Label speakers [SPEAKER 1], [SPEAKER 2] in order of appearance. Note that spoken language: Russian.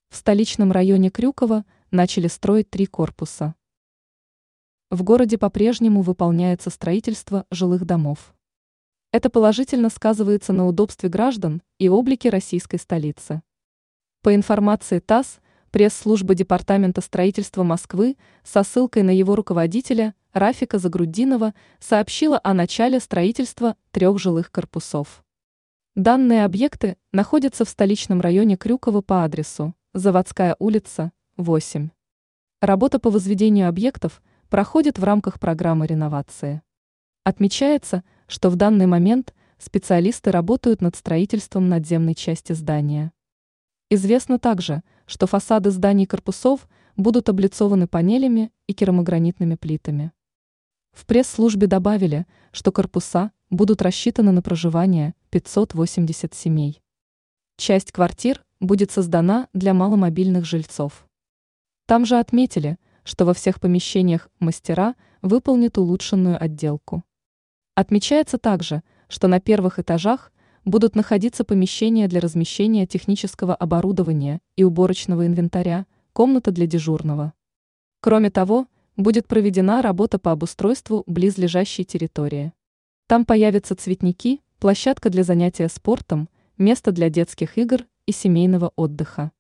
[SPEAKER 1] В столичном районе Крюково начали строить 3 корпуса. В городе по-прежнему выполняется строительство жилых домов. Это положительно сказывается на удобстве граждан и облике российской столицы. По информации ТАСС, пресс-служба Департамента строительства Москвы со ссылкой на его руководителя Рафика Загруддинова сообщила о начале строительства 3 жилых корпусов. Данные объекты находятся в столичном районе Крюково по адресу Заводская улица, 8. Работа по возведению объектов проходит в рамках программы реновации. Отмечается, что в данный момент специалисты работают над строительством надземной части здания. Известно также, что фасады зданий корпусов будут облицованы панелями и керамогранитными плитами. В пресс-службе добавили, что корпуса будут рассчитаны на проживание 580 семей. Часть квартир будет создана для маломобильных жильцов. Там же отметили, что во всех помещениях мастера выполнят улучшенную отделку. Отмечается также, что на первых этажах будут находиться помещения для размещения технического оборудования и уборочного инвентаря, комната для дежурного. Кроме того, будет проведена работа по обустройству близлежащей территории. Там появятся цветники, площадка для занятия спортом, место для детских игр и семейного отдыха.